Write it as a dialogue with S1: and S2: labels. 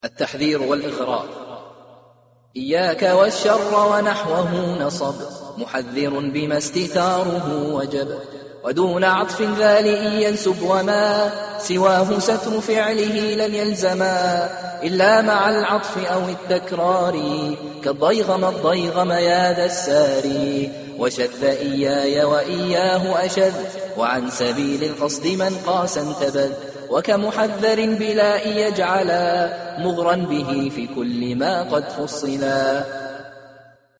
S1: التحذير والإغراء. إياك والشر ونحوه نصب، محذر بما استتاره وجب، ودون عطف ذا لئن ينسب، وما سواه ستر فعله لن يلزما إلا مع العطف أو التكرار، كالضيغم الضيغم يا ذا الساري، وشذ إياي وإياه أشذ، وعن سبيل القصد من قاسا انتبذ، وكمحذر بلا يجعلا مغرا به في كل ما قد فصلا.